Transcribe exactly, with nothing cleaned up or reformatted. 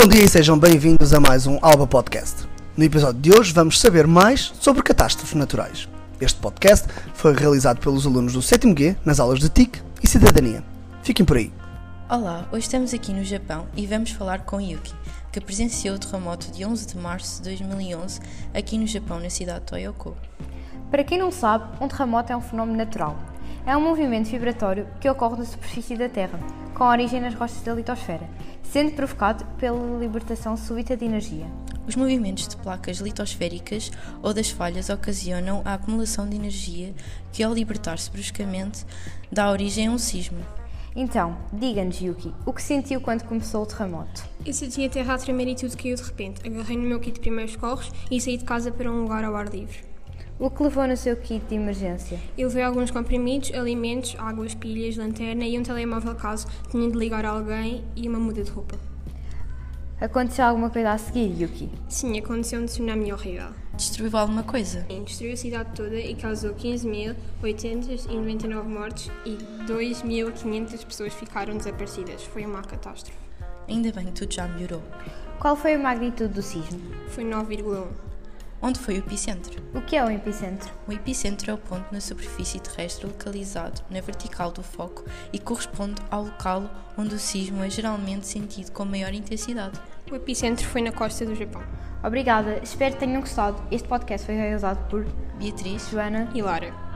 Bom dia e sejam bem-vindos a mais um Alba Podcast. No episódio de hoje vamos saber mais sobre catástrofes naturais. Este podcast foi realizado pelos alunos do sétimo G nas aulas de T I C e Cidadania. Fiquem por aí. Olá, hoje estamos aqui no Japão e vamos falar com Yuki, que presenciou o terremoto de onze de março de dois mil e onze aqui no Japão, na cidade de Toyoko. Para quem não sabe, um terremoto é um fenómeno natural. É um movimento vibratório que ocorre na superfície da Terra, com origem nas rochas da litosfera, sendo provocado pela libertação súbita de energia. Os movimentos de placas litosféricas ou das falhas ocasionam a acumulação de energia que, ao libertar-se bruscamente, dá origem a um sismo. Então, diga-nos, Yuki, o que sentiu quando começou o terremoto? Eu senti a terra a tremer e tudo caiu de repente. Agarrei no meu kit de primeiros socorros e saí de casa para um lugar ao ar livre. O que levou no seu kit de emergência? Eu levei alguns comprimidos, alimentos, águas, pilhas, lanterna e um telemóvel caso tinha de ligar a alguém e uma muda de roupa. Aconteceu alguma coisa a seguir, Yuki? Sim, aconteceu um tsunami horrível. Destruiu alguma coisa? Sim, destruiu a cidade toda e causou quinze mil oitocentos e noventa e nove mortes e dois mil e quinhentas pessoas ficaram desaparecidas. Foi uma catástrofe. Ainda bem que tudo já melhorou. Qual foi a magnitude do sismo? Foi nove vírgula um. Onde foi o epicentro? O que é o epicentro? O epicentro é o ponto na superfície terrestre localizado na vertical do foco e corresponde ao local onde o sismo é geralmente sentido com maior intensidade. O epicentro foi na costa do Japão. Obrigada, espero que tenham gostado. Este podcast foi realizado por Beatriz, Joana E Lara.